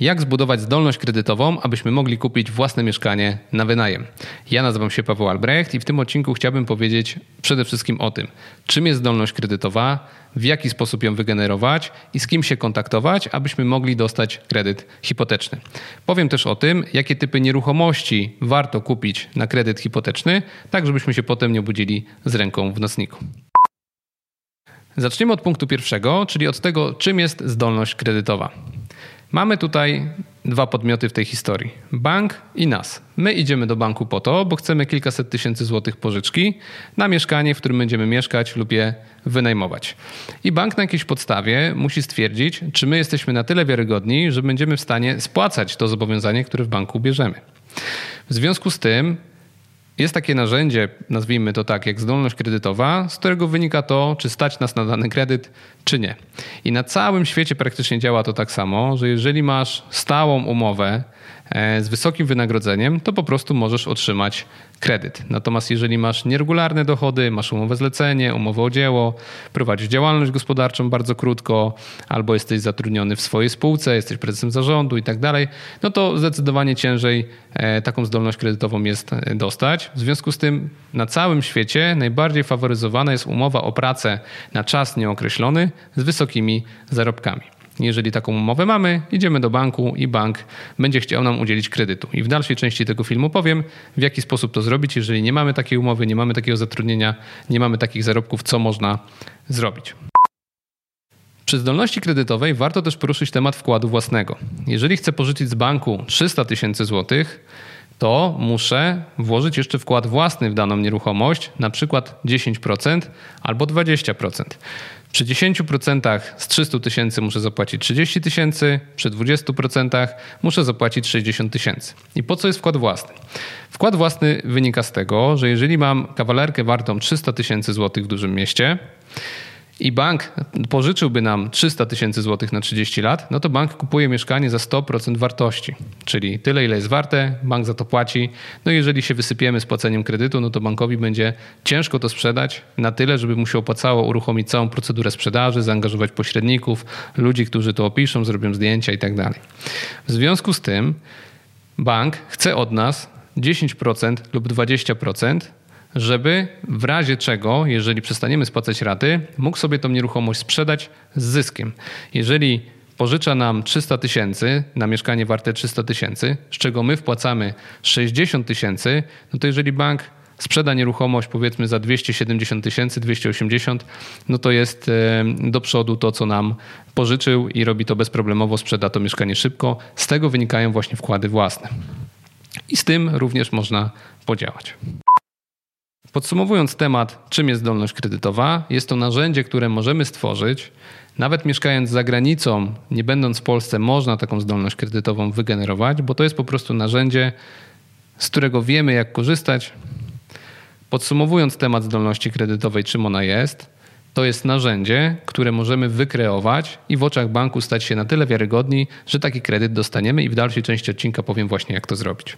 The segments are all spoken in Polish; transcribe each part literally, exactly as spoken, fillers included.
Jak zbudować zdolność kredytową, abyśmy mogli kupić własne mieszkanie na wynajem? Ja nazywam się Paweł Albrecht i w tym odcinku chciałbym powiedzieć przede wszystkim o tym, czym jest zdolność kredytowa, w jaki sposób ją wygenerować i z kim się kontaktować, abyśmy mogli dostać kredyt hipoteczny. Powiem też o tym, jakie typy nieruchomości warto kupić na kredyt hipoteczny, tak żebyśmy się potem nie obudzili z ręką w nocniku. Zaczniemy od punktu pierwszego, czyli od tego, czym jest zdolność kredytowa. Mamy tutaj dwa podmioty w tej historii. Bank i nas. My idziemy do banku po to, bo chcemy kilkaset tysięcy złotych pożyczki na mieszkanie, w którym będziemy mieszkać lub je wynajmować. I bank na jakiejś podstawie musi stwierdzić, czy my jesteśmy na tyle wiarygodni, że będziemy w stanie spłacać to zobowiązanie, które w banku bierzemy. W związku z tym jest takie narzędzie, nazwijmy to tak, jak zdolność kredytowa, z którego wynika to, czy stać nas na dany kredyt, czy nie. I na całym świecie praktycznie działa to tak samo, że jeżeli masz stałą umowę z wysokim wynagrodzeniem, to po prostu możesz otrzymać kredyt. Natomiast jeżeli masz nieregularne dochody, masz umowę zlecenie, umowę o dzieło, prowadzisz działalność gospodarczą bardzo krótko, albo jesteś zatrudniony w swojej spółce, jesteś prezesem zarządu i tak dalej, no to zdecydowanie ciężej taką zdolność kredytową jest dostać. W związku z tym na całym świecie najbardziej faworyzowana jest umowa o pracę na czas nieokreślony z wysokimi zarobkami. Jeżeli taką umowę mamy, idziemy do banku i bank będzie chciał nam udzielić kredytu. I w dalszej części tego filmu powiem, w jaki sposób to zrobić, jeżeli nie mamy takiej umowy, nie mamy takiego zatrudnienia, nie mamy takich zarobków, co można zrobić. Przy zdolności kredytowej warto też poruszyć temat wkładu własnego. Jeżeli chcę pożyczyć z banku trzysta tysięcy złotych, to muszę włożyć jeszcze wkład własny w daną nieruchomość, na przykład dziesięć procent albo dwadzieścia procent. Przy dziesięciu procentach z trzystu tysięcy muszę zapłacić trzydzieści tysięcy, przy dwudziestu procentach muszę zapłacić sześćdziesiąt tysięcy. I po co jest wkład własny? Wkład własny wynika z tego, że jeżeli mam kawalerkę wartą trzysta tysięcy złotych w dużym mieście, i bank pożyczyłby nam trzysta tysięcy złotych na trzydzieści lat, no to bank kupuje mieszkanie za sto procent wartości. Czyli tyle, ile jest warte, bank za to płaci. No i jeżeli się wysypiemy z płaceniem kredytu, no to bankowi będzie ciężko to sprzedać na tyle, żeby mu się opłacało uruchomić całą procedurę sprzedaży, zaangażować pośredników, ludzi, którzy to opiszą, zrobią zdjęcia i tak dalej. W związku z tym bank chce od nas dziesięć procent lub dwadzieścia procent, żeby w razie czego, jeżeli przestaniemy spłacać raty, mógł sobie tą nieruchomość sprzedać z zyskiem. Jeżeli pożycza nam trzysta tysięcy na mieszkanie warte trzysta tysięcy, z czego my wpłacamy sześćdziesiąt tysięcy, no to jeżeli bank sprzeda nieruchomość powiedzmy za dwieście siedemdziesiąt tysięcy, dwieście osiemdziesiąt, no to jest do przodu to, co nam pożyczył i robi to bezproblemowo, sprzeda to mieszkanie szybko. Z tego wynikają właśnie wkłady własne. I z tym również można podziałać. Podsumowując temat, czym jest zdolność kredytowa, jest to narzędzie, które możemy stworzyć. Nawet mieszkając za granicą, nie będąc w Polsce, można taką zdolność kredytową wygenerować, bo to jest po prostu narzędzie, z którego wiemy, jak korzystać. Podsumowując temat zdolności kredytowej, czym ona jest, to jest narzędzie, które możemy wykreować i w oczach banku stać się na tyle wiarygodni, że taki kredyt dostaniemy i w dalszej części odcinka powiem właśnie, jak to zrobić.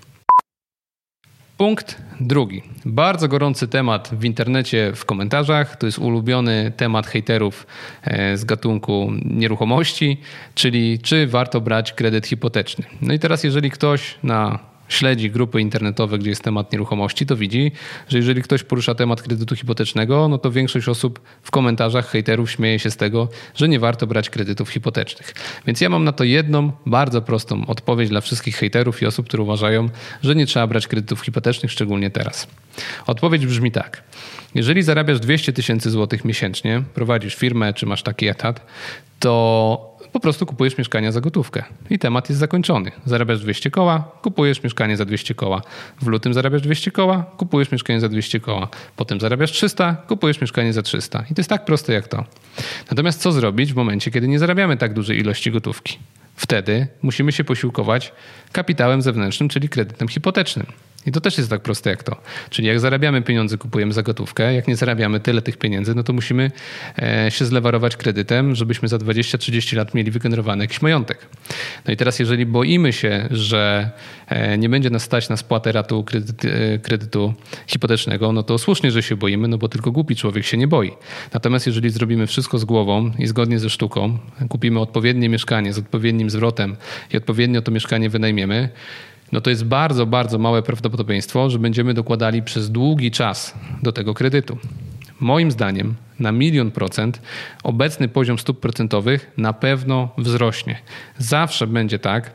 Punkt drugi. Bardzo gorący temat w internecie, w komentarzach. To jest ulubiony temat hejterów z gatunku nieruchomości, czyli czy warto brać kredyt hipoteczny. No i teraz jeżeli ktoś na śledzi grupy internetowe, gdzie jest temat nieruchomości, to widzi, że jeżeli ktoś porusza temat kredytu hipotecznego, no to większość osób w komentarzach hejterów śmieje się z tego, że nie warto brać kredytów hipotecznych. Więc ja mam na to jedną, bardzo prostą odpowiedź dla wszystkich hejterów i osób, które uważają, że nie trzeba brać kredytów hipotecznych, szczególnie teraz. Odpowiedź brzmi tak. Jeżeli zarabiasz dwieście tysięcy złotych miesięcznie, prowadzisz firmę czy masz taki etat, to po prostu kupujesz mieszkania za gotówkę i temat jest zakończony. Zarabiasz dwieście koła, kupujesz mieszkanie za dwieście koła. W lutym zarabiasz dwieście koła, kupujesz mieszkanie za dwieście koła. Potem zarabiasz trzysta, kupujesz mieszkanie za trzysta. I to jest tak proste jak to. Natomiast co zrobić w momencie, kiedy nie zarabiamy tak dużej ilości gotówki? Wtedy musimy się posiłkować kapitałem zewnętrznym, czyli kredytem hipotecznym. I to też jest tak proste jak to. Czyli jak zarabiamy pieniądze, kupujemy za gotówkę. Jak nie zarabiamy tyle tych pieniędzy, no to musimy się zlewarować kredytem, żebyśmy za dwadzieścia trzydzieści lat mieli wygenerowany jakiś majątek. No i teraz jeżeli boimy się, że nie będzie nas stać na spłatę ratu kredytu, kredytu hipotecznego, no to słusznie, że się boimy, no bo tylko głupi człowiek się nie boi. Natomiast jeżeli zrobimy wszystko z głową i zgodnie ze sztuką, kupimy odpowiednie mieszkanie z odpowiednim zwrotem i odpowiednio to mieszkanie wynajmiemy, no to jest bardzo, bardzo małe prawdopodobieństwo, że będziemy dokładali przez długi czas do tego kredytu. Moim zdaniem na milion procent obecny poziom stóp procentowych na pewno wzrośnie. Zawsze będzie tak.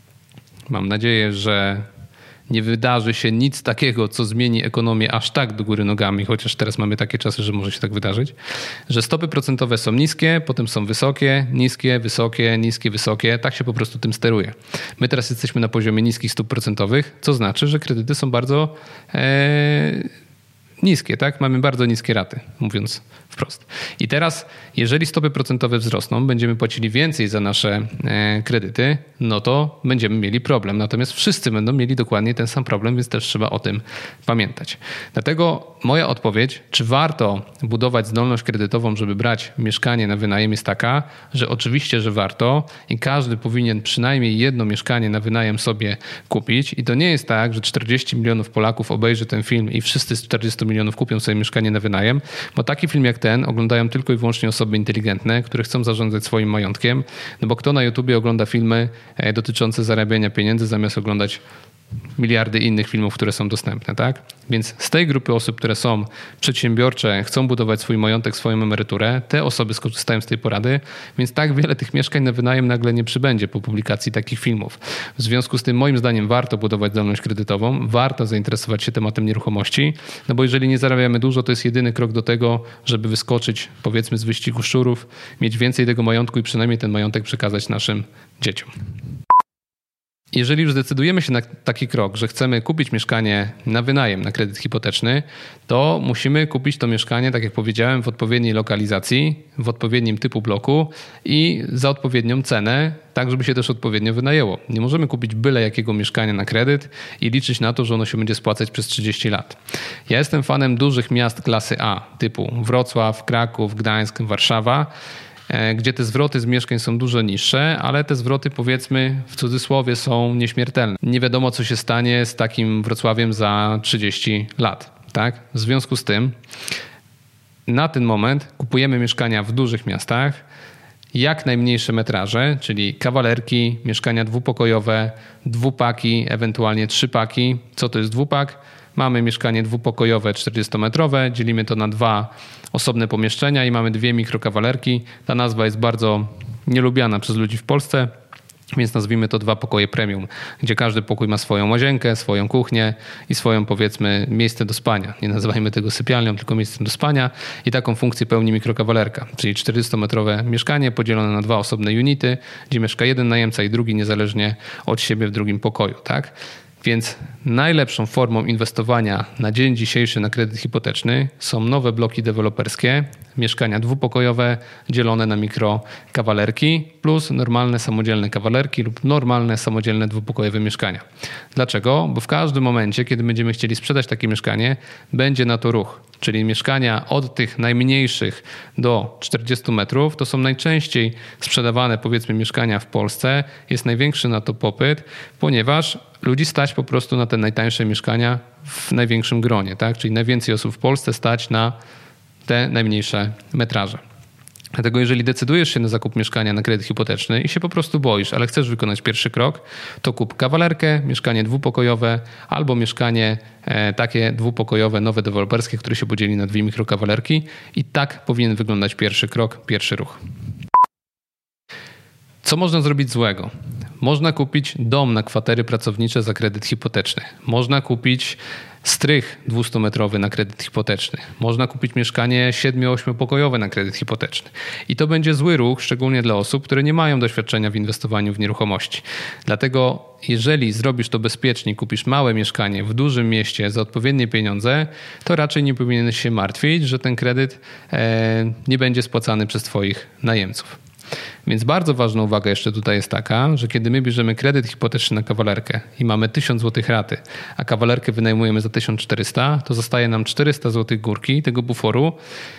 Mam nadzieję, że nie wydarzy się nic takiego, co zmieni ekonomię aż tak do góry nogami, chociaż teraz mamy takie czasy, że może się tak wydarzyć, że stopy procentowe są niskie, potem są wysokie, niskie, wysokie, niskie, wysokie. Tak się po prostu tym steruje. My teraz jesteśmy na poziomie niskich stóp procentowych, co znaczy, że kredyty są bardzo e, niskie, tak? Mamy bardzo niskie raty, mówiąc wprost. I teraz, jeżeli stopy procentowe wzrosną, będziemy płacili więcej za nasze e, kredyty, no to będziemy mieli problem. Natomiast wszyscy będą mieli dokładnie ten sam problem, więc też trzeba o tym pamiętać. Dlatego moja odpowiedź, czy warto budować zdolność kredytową, żeby brać mieszkanie na wynajem, jest taka, że oczywiście, że warto i każdy powinien przynajmniej jedno mieszkanie na wynajem sobie kupić. I to nie jest tak, że czterdzieści milionów Polaków obejrzy ten film i wszyscy z czterdziestu milionów kupią sobie mieszkanie na wynajem, bo taki film jak ten oglądają tylko i wyłącznie osoby inteligentne, które chcą zarządzać swoim majątkiem, no bo kto na YouTubie ogląda filmy dotyczące zarabiania pieniędzy zamiast oglądać miliardy innych filmów, które są dostępne, tak? Więc z tej grupy osób, które są przedsiębiorcze, chcą budować swój majątek, swoją emeryturę, te osoby skorzystają z tej porady, więc tak wiele tych mieszkań na wynajem nagle nie przybędzie po publikacji takich filmów. W związku z tym moim zdaniem warto budować zdolność kredytową, warto zainteresować się tematem nieruchomości, no bo jeżeli nie zarabiamy dużo, to jest jedyny krok do tego, żeby wyskoczyć, powiedzmy, z wyścigu szczurów, mieć więcej tego majątku i przynajmniej ten majątek przekazać naszym dzieciom. Jeżeli już zdecydujemy się na taki krok, że chcemy kupić mieszkanie na wynajem, na kredyt hipoteczny, to musimy kupić to mieszkanie, tak jak powiedziałem, w odpowiedniej lokalizacji, w odpowiednim typu bloku i za odpowiednią cenę, tak żeby się też odpowiednio wynajęło. Nie możemy kupić byle jakiego mieszkania na kredyt i liczyć na to, że ono się będzie spłacać przez trzydzieści lat. Ja jestem fanem dużych miast klasy A, typu Wrocław, Kraków, Gdańsk, Warszawa, gdzie te zwroty z mieszkań są dużo niższe, ale te zwroty, powiedzmy, w cudzysłowie są nieśmiertelne. Nie wiadomo, co się stanie z takim Wrocławiem za trzydzieści lat. Tak? W związku z tym na ten moment kupujemy mieszkania w dużych miastach, jak najmniejsze metraże, czyli kawalerki, mieszkania dwupokojowe, dwupaki, ewentualnie trzypaki. Co to jest dwupak? Mamy mieszkanie dwupokojowe czterdziestometrowe, dzielimy to na dwa osobne pomieszczenia i mamy dwie mikrokawalerki. Ta nazwa jest bardzo nielubiana przez ludzi w Polsce, więc nazwijmy to dwa pokoje premium, gdzie każdy pokój ma swoją łazienkę, swoją kuchnię i swoją, powiedzmy, miejsce do spania. Nie nazywajmy tego sypialnią, tylko miejscem do spania i taką funkcję pełni mikrokawalerka, czyli czterdziestometrowe mieszkanie podzielone na dwa osobne unity, gdzie mieszka jeden najemca i drugi niezależnie od siebie w drugim pokoju, tak? Więc najlepszą formą inwestowania na dzień dzisiejszy na kredyt hipoteczny są nowe bloki deweloperskie, mieszkania dwupokojowe dzielone na mikrokawalerki plus normalne samodzielne kawalerki lub normalne samodzielne dwupokojowe mieszkania. Dlaczego? Bo w każdym momencie, kiedy będziemy chcieli sprzedać takie mieszkanie, będzie na to ruch. Czyli mieszkania od tych najmniejszych do czterdziestu metrów to są najczęściej sprzedawane, powiedzmy, mieszkania w Polsce. Jest największy na to popyt, ponieważ ludzi stać po prostu na te najtańsze mieszkania w największym gronie, tak? Czyli najwięcej osób w Polsce stać na te najmniejsze metraże. Dlatego jeżeli decydujesz się na zakup mieszkania na kredyt hipoteczny i się po prostu boisz, ale chcesz wykonać pierwszy krok, to kup kawalerkę, mieszkanie dwupokojowe albo mieszkanie e, takie dwupokojowe, nowe deweloperskie, które się podzieli na dwie mikrokawalerki i tak powinien wyglądać pierwszy krok, pierwszy ruch. Co można zrobić złego? Można kupić dom na kwatery pracownicze za kredyt hipoteczny. Można kupić strych dwustumetrowy na kredyt hipoteczny. Można kupić mieszkanie siedmiu-ośmiopokojowe na kredyt hipoteczny. I to będzie zły ruch, szczególnie dla osób, które nie mają doświadczenia w inwestowaniu w nieruchomości. Dlatego jeżeli zrobisz to bezpiecznie, kupisz małe mieszkanie w dużym mieście za odpowiednie pieniądze, to raczej nie powinieneś się martwić, że ten kredyt e, nie będzie spłacany przez twoich najemców. Więc bardzo ważna uwaga jeszcze tutaj jest taka, że kiedy my bierzemy kredyt hipoteczny na kawalerkę i mamy tysiąc złotych raty, a kawalerkę wynajmujemy za tysiąc czterysta, to zostaje nam czterysta złotych górki tego buforu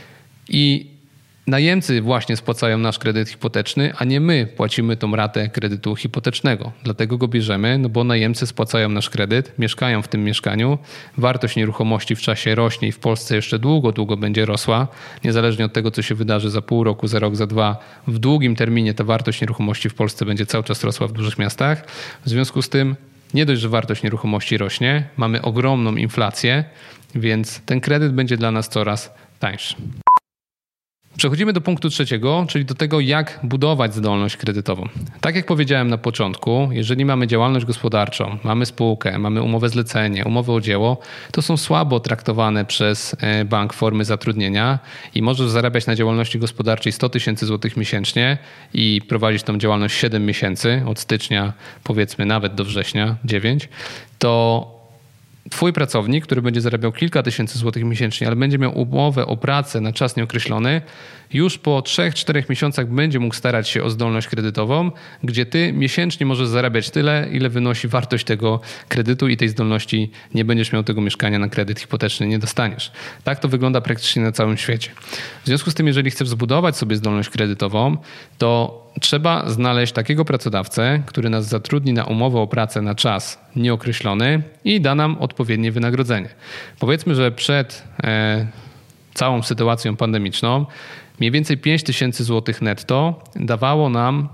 i najemcy właśnie spłacają nasz kredyt hipoteczny, a nie my płacimy tą ratę kredytu hipotecznego. Dlatego go bierzemy, no bo najemcy spłacają nasz kredyt, mieszkają w tym mieszkaniu, wartość nieruchomości w czasie rośnie i w Polsce jeszcze długo, długo będzie rosła, niezależnie od tego, co się wydarzy za pół roku, za rok, za dwa. W długim terminie ta wartość nieruchomości w Polsce będzie cały czas rosła w dużych miastach. W związku z tym nie dość, że wartość nieruchomości rośnie, mamy ogromną inflację, więc ten kredyt będzie dla nas coraz tańszy. Przechodzimy do punktu trzeciego, czyli do tego, jak budować zdolność kredytową. Tak jak powiedziałem na początku, jeżeli mamy działalność gospodarczą, mamy spółkę, mamy umowę zlecenie, umowę o dzieło, to są słabo traktowane przez bank formy zatrudnienia i możesz zarabiać na działalności gospodarczej sto tysięcy złotych miesięcznie i prowadzić tą działalność siedem miesięcy, od stycznia powiedzmy nawet do września dziewięć, to twój pracownik, który będzie zarabiał kilka tysięcy złotych miesięcznie, ale będzie miał umowę o pracę na czas nieokreślony, już po trzech czterech miesiącach będzie mógł starać się o zdolność kredytową, gdzie ty miesięcznie możesz zarabiać tyle, ile wynosi wartość tego kredytu i tej zdolności nie będziesz miał tego mieszkania na kredyt hipoteczny, nie dostaniesz. Tak to wygląda praktycznie na całym świecie. W związku z tym, jeżeli chcesz zbudować sobie zdolność kredytową, to trzeba znaleźć takiego pracodawcę, który nas zatrudni na umowę o pracę na czas nieokreślony i da nam odpowiednie wynagrodzenie. Powiedzmy, że przed e, całą sytuacją pandemiczną mniej więcej pięć tysięcy złotych netto dawało nam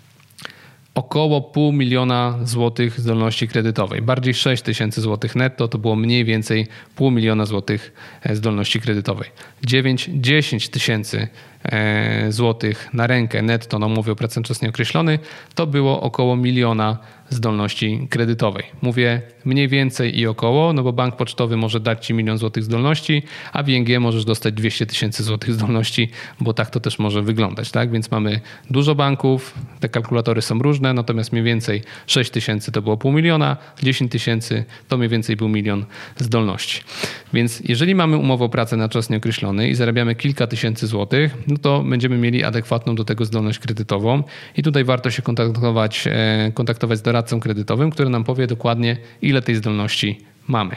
około pół miliona złotych zdolności kredytowej. Bardziej sześć tysięcy złotych netto to było mniej więcej pół miliona złotych zdolności kredytowej. dziewięć do dziesięciu tysięcy złotych na rękę netto na umowie o pracę na czas nieokreślony to było około miliona zdolności kredytowej. Mówię mniej więcej i około, no bo bank pocztowy może dać ci milion złotych zdolności, a w I N G możesz dostać dwieście tysięcy złotych zdolności, bo tak to też może wyglądać, tak? Więc mamy dużo banków, te kalkulatory są różne, natomiast mniej więcej sześć tysięcy to było pół miliona, dziesięć tysięcy to mniej więcej był milion zdolności. Więc jeżeli mamy umowę o pracę na czas nieokreślony i zarabiamy kilka tysięcy złotych, no to będziemy mieli adekwatną do tego zdolność kredytową i tutaj warto się kontaktować, kontaktować z doradcą kredytowym, który nam powie dokładnie, ile tej zdolności mamy.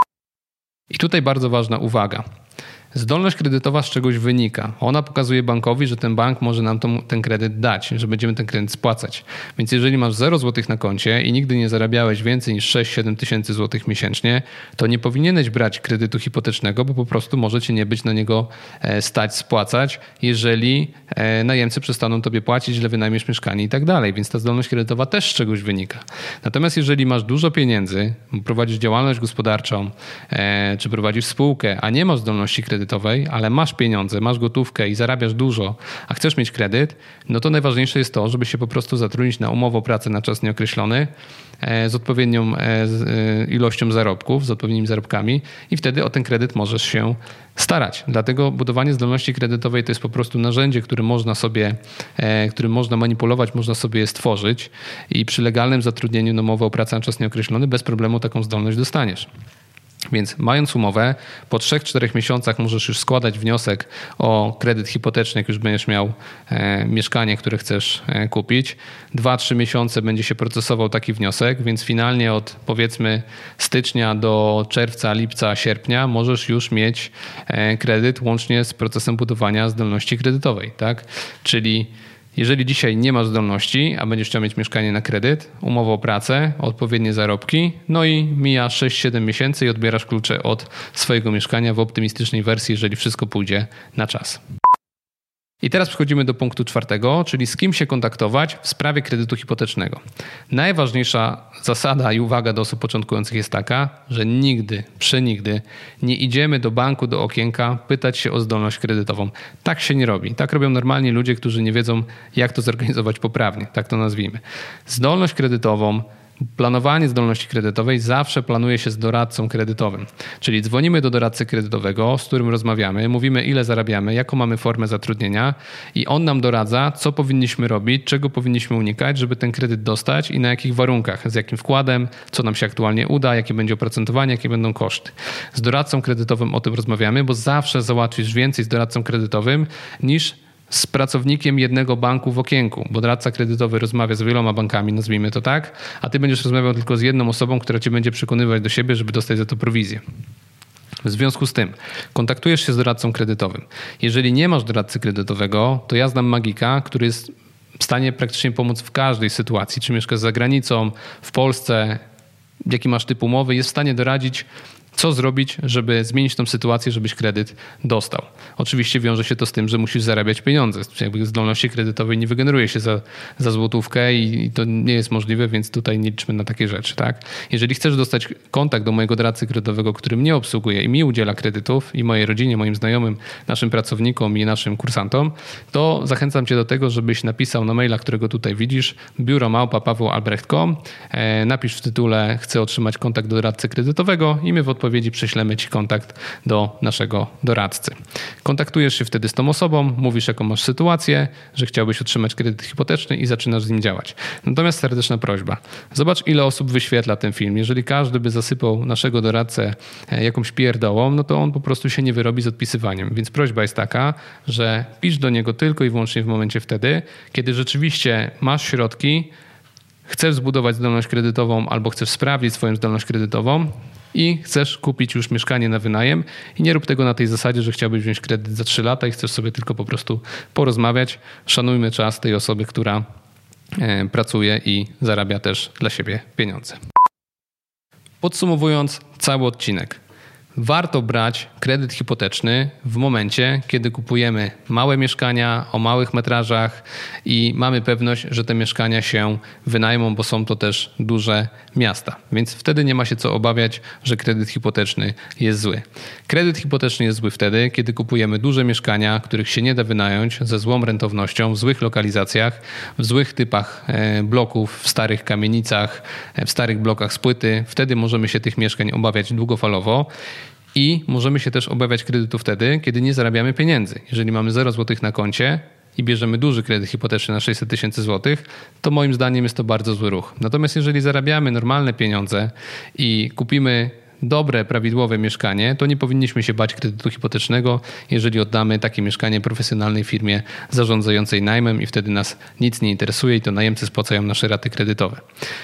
I tutaj bardzo ważna uwaga. Zdolność kredytowa z czegoś wynika. Ona pokazuje bankowi, że ten bank może nam tą, ten kredyt dać, że będziemy ten kredyt spłacać. Więc jeżeli masz zero złotych na koncie i nigdy nie zarabiałeś więcej niż sześć siedem tysięcy złotych miesięcznie, to nie powinieneś brać kredytu hipotecznego, bo po prostu może cię nie być na niego stać spłacać, jeżeli najemcy przestaną tobie płacić, źle wynajmiesz mieszkanie i tak dalej. Więc ta zdolność kredytowa też z czegoś wynika. Natomiast jeżeli masz dużo pieniędzy, prowadzisz działalność gospodarczą, czy prowadzisz spółkę, a nie masz zdolności kredytowej, kredytowej, ale masz pieniądze, masz gotówkę i zarabiasz dużo, a chcesz mieć kredyt, no to najważniejsze jest to, żeby się po prostu zatrudnić na umowę o pracę na czas nieokreślony z odpowiednią ilością zarobków, z odpowiednimi zarobkami i wtedy o ten kredyt możesz się starać. Dlatego budowanie zdolności kredytowej to jest po prostu narzędzie, które można sobie, którym można manipulować, można sobie je stworzyć i przy legalnym zatrudnieniu na umowę o pracę na czas nieokreślony bez problemu taką zdolność dostaniesz. Więc mając umowę, po trzech czterech miesiącach możesz już składać wniosek o kredyt hipoteczny, jak już będziesz miał e, mieszkanie, które chcesz e, kupić. dwa trzy miesiące będzie się procesował taki wniosek, więc finalnie od powiedzmy stycznia do czerwca, lipca, sierpnia możesz już mieć e, kredyt łącznie z procesem budowania zdolności kredytowej, tak? Czyli jeżeli dzisiaj nie masz zdolności, a będziesz chciał mieć mieszkanie na kredyt, umowę o pracę, odpowiednie zarobki, no i mija sześć siedem miesięcy i odbierasz klucze od swojego mieszkania w optymistycznej wersji, jeżeli wszystko pójdzie na czas. I teraz przechodzimy do punktu czwartego, czyli z kim się kontaktować w sprawie kredytu hipotecznego. Najważniejsza zasada i uwaga do osób początkujących jest taka, że nigdy, przenigdy nie idziemy do banku, do okienka pytać się o zdolność kredytową. Tak się nie robi. Tak robią normalni ludzie, którzy nie wiedzą, jak to zorganizować poprawnie. Tak to nazwijmy. Zdolność kredytową, planowanie zdolności kredytowej zawsze planuje się z doradcą kredytowym. Czyli dzwonimy do doradcy kredytowego, z którym rozmawiamy, mówimy ile zarabiamy, jaką mamy formę zatrudnienia i on nam doradza, co powinniśmy robić, czego powinniśmy unikać, żeby ten kredyt dostać i na jakich warunkach, z jakim wkładem, co nam się aktualnie uda, jakie będzie oprocentowanie, jakie będą koszty. Z doradcą kredytowym o tym rozmawiamy, bo zawsze załatwisz więcej z doradcą kredytowym niż z pracownikiem jednego banku w okienku, bo doradca kredytowy rozmawia z wieloma bankami, nazwijmy to tak, a ty będziesz rozmawiał tylko z jedną osobą, która cię będzie przekonywać do siebie, żeby dostać za to prowizję. W związku z tym kontaktujesz się z doradcą kredytowym. Jeżeli nie masz doradcy kredytowego, to ja znam magika, który jest w stanie praktycznie pomóc w każdej sytuacji. Czy mieszkasz za granicą, w Polsce, jaki masz typ umowy, jest w stanie doradzić, co zrobić, żeby zmienić tą sytuację, żebyś kredyt dostał. Oczywiście wiąże się to z tym, że musisz zarabiać pieniądze. Jakby zdolności kredytowej nie wygeneruje się za, za złotówkę i, i to nie jest możliwe, więc tutaj nie liczmy na takie rzeczy. Tak? Jeżeli chcesz dostać kontakt do mojego doradcy kredytowego, który mnie obsługuje i mi udziela kredytów i mojej rodzinie, moim znajomym, naszym pracownikom i naszym kursantom, to zachęcam cię do tego, żebyś napisał na maila, którego tutaj widzisz, biuro małpa paweł albrecht kropka com. E, napisz w tytule chcę otrzymać kontakt do doradcy kredytowego i my w odpowiedzi prześlemy ci kontakt do naszego doradcy. Kontaktujesz się wtedy z tą osobą, mówisz jaką masz sytuację, że chciałbyś otrzymać kredyt hipoteczny i zaczynasz z nim działać. Natomiast serdeczna prośba. Zobacz, ile osób wyświetla ten film. Jeżeli każdy by zasypał naszego doradcę jakąś pierdołą, no to on po prostu się nie wyrobi z odpisywaniem. Więc prośba jest taka, że pisz do niego tylko i wyłącznie w momencie wtedy, kiedy rzeczywiście masz środki, chcesz zbudować zdolność kredytową albo chcesz sprawdzić swoją zdolność kredytową i chcesz kupić już mieszkanie na wynajem i nie rób tego na tej zasadzie, że chciałbyś wziąć kredyt za trzy lata i chcesz sobie tylko po prostu porozmawiać. Szanujmy czas tej osoby, która pracuje i zarabia też dla siebie pieniądze. Podsumowując cały odcinek. Warto brać kredyt hipoteczny w momencie, kiedy kupujemy małe mieszkania o małych metrażach i mamy pewność, że te mieszkania się wynajmą, bo są to też duże miasta. Więc wtedy nie ma się co obawiać, że kredyt hipoteczny jest zły. Kredyt hipoteczny jest zły wtedy, kiedy kupujemy duże mieszkania, których się nie da wynająć ze złą rentownością, w złych lokalizacjach, w złych typach bloków, w starych kamienicach, w starych blokach z płyty. Wtedy możemy się tych mieszkań obawiać długofalowo. I możemy się też obawiać kredytu wtedy, kiedy nie zarabiamy pieniędzy. Jeżeli mamy zero złotych na koncie i bierzemy duży kredyt hipoteczny na sześćset tysięcy złotych, to moim zdaniem jest to bardzo zły ruch. Natomiast jeżeli zarabiamy normalne pieniądze i kupimy dobre, prawidłowe mieszkanie, to nie powinniśmy się bać kredytu hipotecznego, jeżeli oddamy takie mieszkanie profesjonalnej firmie zarządzającej najmem i wtedy nas nic nie interesuje i to najemcy spłacają nasze raty kredytowe.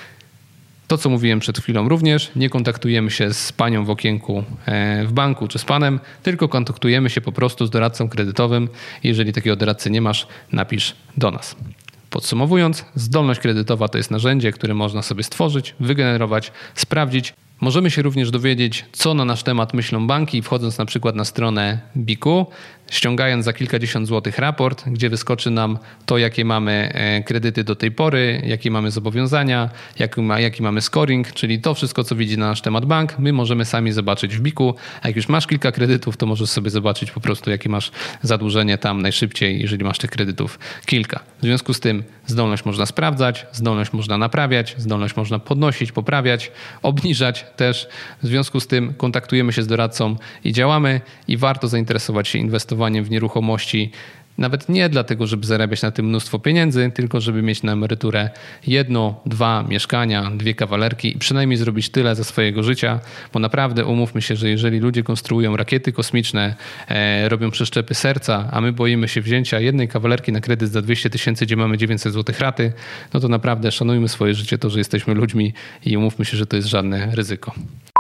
To, co mówiłem przed chwilą również, nie kontaktujemy się z panią w okienku w banku czy z panem, tylko kontaktujemy się po prostu z doradcą kredytowym. Jeżeli takiego doradcy nie masz, napisz do nas. Podsumowując, zdolność kredytowa to jest narzędzie, które można sobie stworzyć, wygenerować, sprawdzić. Możemy się również dowiedzieć, co na nasz temat myślą banki, wchodząc na przykład na stronę biku, ściągając za kilkadziesiąt złotych raport, gdzie wyskoczy nam to, jakie mamy kredyty do tej pory, jakie mamy zobowiązania, jaki, ma, jaki mamy scoring, czyli to wszystko, co widzi na nasz temat bank, my możemy sami zobaczyć w biku. A jak już masz kilka kredytów, to możesz sobie zobaczyć po prostu, jakie masz zadłużenie tam najszybciej, jeżeli masz tych kredytów kilka. W związku z tym zdolność można sprawdzać, zdolność można naprawiać, zdolność można podnosić, poprawiać, obniżać też. W związku z tym kontaktujemy się z doradcą i działamy i warto zainteresować się inwestowaniem w nieruchomości. Nawet nie dlatego, żeby zarabiać na tym mnóstwo pieniędzy, tylko żeby mieć na emeryturę jedno, dwa mieszkania, dwie kawalerki i przynajmniej zrobić tyle za swojego życia, bo naprawdę umówmy się, że jeżeli ludzie konstruują rakiety kosmiczne, e, robią przeszczepy serca, a my boimy się wzięcia jednej kawalerki na kredyt za dwieście tysięcy, gdzie mamy dziewięćset złotych raty, no to naprawdę szanujmy swoje życie, to, że jesteśmy ludźmi i umówmy się, że to jest żadne ryzyko.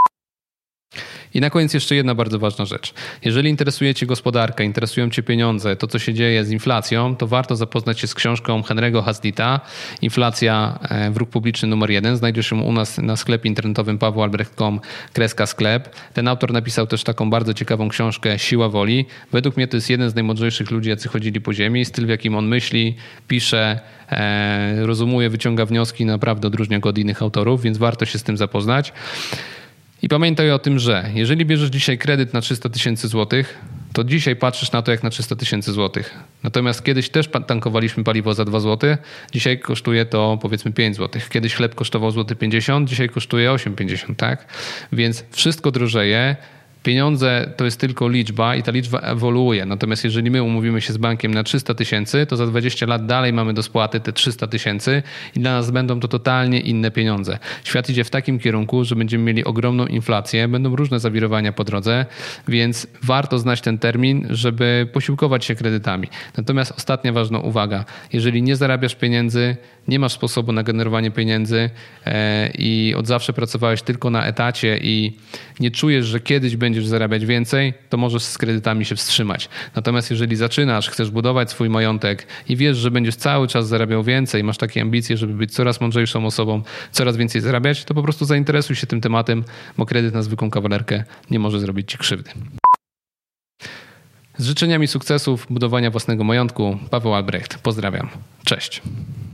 I na koniec jeszcze jedna bardzo ważna rzecz. Jeżeli interesuje Cię gospodarka, interesują Cię pieniądze, to co się dzieje z inflacją, to warto zapoznać się z książką Henry'ego Hazlitta Inflacja, wróg publiczny numer jeden. Znajdziesz ją u nas na sklepie internetowym paweł albrecht kropka com kreska sklep. Ten autor napisał też taką bardzo ciekawą książkę Siła woli. Według mnie to jest jeden z najmądrzejszych ludzi, jacy chodzili po ziemi. Styl, w jakim on myśli, pisze, e, rozumuje, wyciąga wnioski, naprawdę odróżnia go od innych autorów, więc warto się z tym zapoznać. I pamiętaj o tym, że jeżeli bierzesz dzisiaj kredyt na trzysta tysięcy złotych, to dzisiaj patrzysz na to jak na trzysta tysięcy złotych. Natomiast kiedyś też tankowaliśmy paliwo za dwa złote, dzisiaj kosztuje to powiedzmy pięć złotych. Kiedyś chleb kosztował złoty pięćdziesiąt, dzisiaj kosztuje osiem pięćdziesiąt, tak? Więc wszystko drożeje. Pieniądze to jest tylko liczba i ta liczba ewoluuje. Natomiast jeżeli my umówimy się z bankiem na trzysta tysięcy, to za dwadzieścia lat dalej mamy do spłaty te trzysta tysięcy i dla nas będą to totalnie inne pieniądze. Świat idzie w takim kierunku, że będziemy mieli ogromną inflację, będą różne zawirowania po drodze, więc warto znać ten termin, żeby posiłkować się kredytami. Natomiast ostatnia ważna uwaga. Jeżeli nie zarabiasz pieniędzy, nie masz sposobu na generowanie pieniędzy i od zawsze pracowałeś tylko na etacie i nie czujesz, że kiedyś będziesz zarabiać więcej, to możesz z kredytami się wstrzymać. Natomiast jeżeli zaczynasz, chcesz budować swój majątek i wiesz, że będziesz cały czas zarabiał więcej, masz takie ambicje, żeby być coraz mądrzejszą osobą, coraz więcej zarabiać, to po prostu zainteresuj się tym tematem, bo kredyt na zwykłą kawalerkę nie może zrobić ci krzywdy. Z życzeniami sukcesów, budowania własnego majątku, Paweł Albrecht. Pozdrawiam. Cześć.